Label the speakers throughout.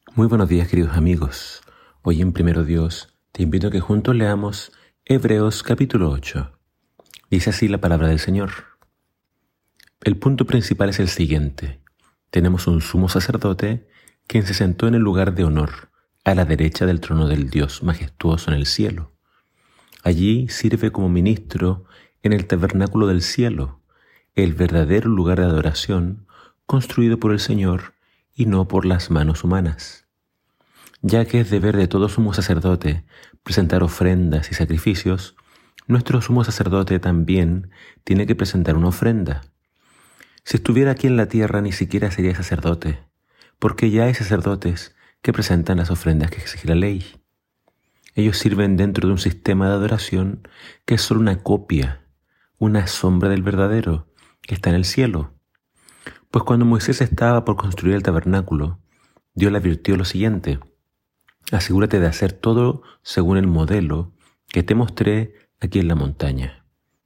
Speaker 1: Muy buenos días, queridos amigos. Hoy en Primero Dios te invito a que juntos leamos Hebreos capítulo 8. Dice así la palabra del Señor. El punto principal es el siguiente. Tenemos un sumo sacerdote quien se sentó en el lugar de honor, a la derecha del trono del Dios majestuoso en el cielo. Allí sirve como ministro en el tabernáculo del cielo, el verdadero lugar de adoración construido por el Señor y no por las manos humanas. Ya que es deber de todo sumo sacerdote presentar ofrendas y sacrificios, nuestro sumo sacerdote también tiene que presentar una ofrenda. Si estuviera aquí en la tierra ni siquiera sería sacerdote, porque ya hay sacerdotes que presentan las ofrendas que exige la ley. Ellos sirven dentro de un sistema de adoración que es solo una copia, una sombra del verdadero, que está en el cielo. Pues cuando Moisés estaba por construir el tabernáculo, Dios le advirtió lo siguiente: asegúrate de hacer todo según el modelo que te mostré aquí en la montaña.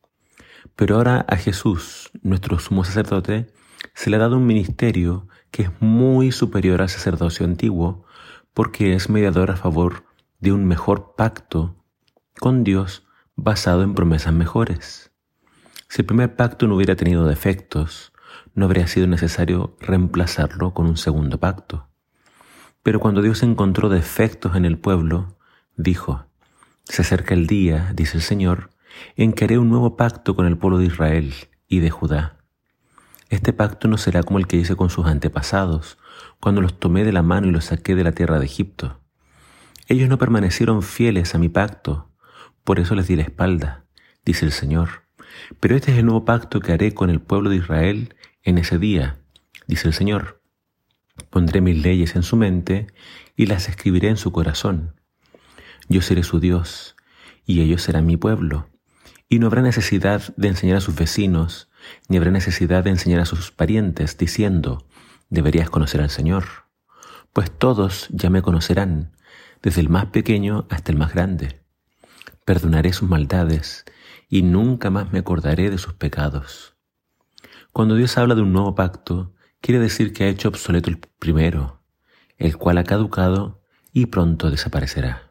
Speaker 1: Pero ahora a Jesús, nuestro sumo sacerdote, se le ha dado un ministerio que es muy superior al sacerdocio antiguo, porque es mediador a favor de un mejor pacto con Dios basado en promesas mejores. Si el primer pacto no hubiera tenido defectos, no habría sido necesario reemplazarlo con un segundo pacto. Pero cuando Dios encontró defectos en el pueblo, dijo: se acerca el día, dice el Señor, en que haré un nuevo pacto con el pueblo de Israel y de Judá. Este pacto no será como el que hice con sus antepasados, cuando los tomé de la mano y los saqué de la tierra de Egipto. Ellos no permanecieron fieles a mi pacto, por eso les di la espalda, dice el Señor. Pero este es el nuevo pacto que haré con el pueblo de Israel en ese día, dice el Señor. Pondré mis leyes en su mente y las escribiré en su corazón. Yo seré su Dios y ellos serán mi pueblo. Y no habrá necesidad de enseñar a sus vecinos, ni habrá necesidad de enseñar a sus parientes, diciendo: deberías conocer al Señor. Pues todos ya me conocerán, desde el más pequeño hasta el más grande. Perdonaré sus maldades y nunca más me acordaré de sus pecados. Cuando Dios habla de un nuevo pacto, quiere decir que ha hecho obsoleto el primero, el cual ha caducado y pronto desaparecerá.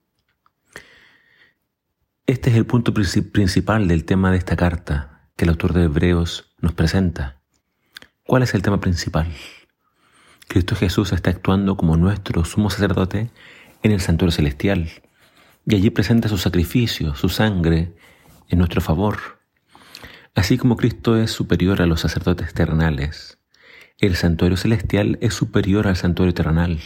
Speaker 1: Este es el punto principal del tema de esta carta que el autor de Hebreos nos presenta. ¿Cuál es el tema principal? Cristo Jesús está actuando como nuestro sumo sacerdote en el santuario celestial, y allí presenta su sacrificio, su sangre, en nuestro favor. Así como Cristo es superior a los sacerdotes terrenales, el santuario celestial es superior al santuario terrenal.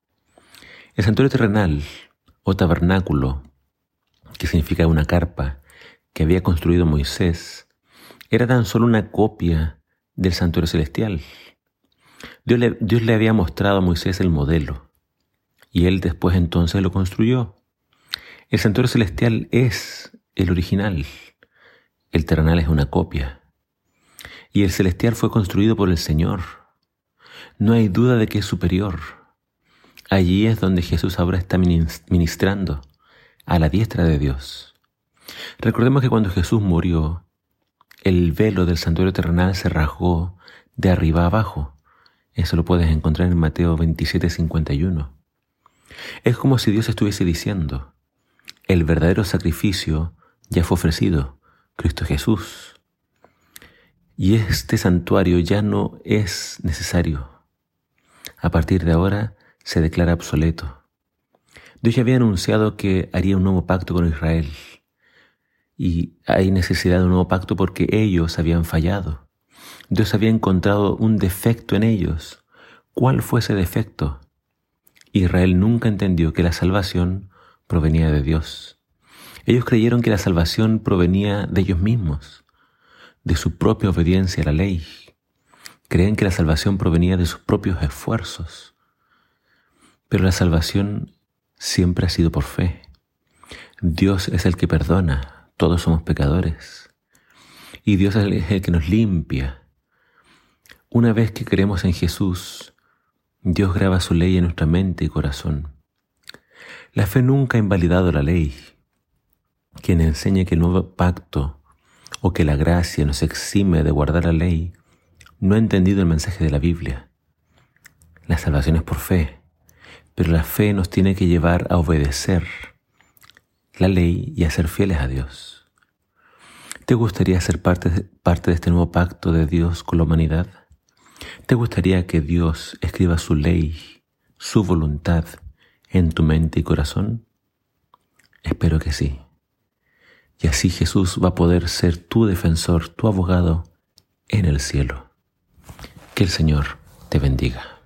Speaker 1: El santuario terrenal, o tabernáculo, que significa una carpa, que había construido Moisés, era tan solo una copia del santuario celestial. Dios le había mostrado a Moisés el modelo, y él después entonces lo construyó. El santuario celestial es el original, el terrenal es una copia, y el celestial fue construido por el Señor. No hay duda de que es superior. Allí es donde Jesús ahora está ministrando, a la diestra de Dios. Recordemos que cuando Jesús murió, el velo del santuario terrenal se rasgó de arriba a abajo. Eso lo puedes encontrar en Mateo 27:51. Es como si Dios estuviese diciendo: el verdadero sacrificio ya fue ofrecido, Cristo Jesús. Y este santuario ya no es necesario. A partir de ahora se declara obsoleto. Dios ya había anunciado que haría un nuevo pacto con Israel. Y hay necesidad de un nuevo pacto porque ellos habían fallado. Dios había encontrado un defecto en ellos. ¿Cuál fue ese defecto? Israel nunca entendió que la salvación provenía de Dios. Ellos creyeron que la salvación provenía de ellos mismos, de su propia obediencia a la ley. Creen que la salvación provenía de sus propios esfuerzos. Pero la salvación siempre ha sido por fe. Dios es el que perdona, todos somos pecadores. Y Dios es el que nos limpia. Una vez que creemos en Jesús, Dios graba su ley en nuestra mente y corazón. La fe nunca ha invalidado la ley. Quien enseñe que el nuevo pacto o que la gracia nos exime de guardar la ley no ha entendido el mensaje de la Biblia. La salvación es por fe. pero la fe nos tiene que llevar a obedecer la ley y a ser fieles a Dios. ¿Te gustaría ser parte de este nuevo pacto de Dios con la humanidad? ¿Te gustaría que Dios escriba su ley, su voluntad en tu mente y corazón? Espero que sí. Y así Jesús va a poder ser tu defensor, tu abogado en el cielo. Que el Señor te bendiga.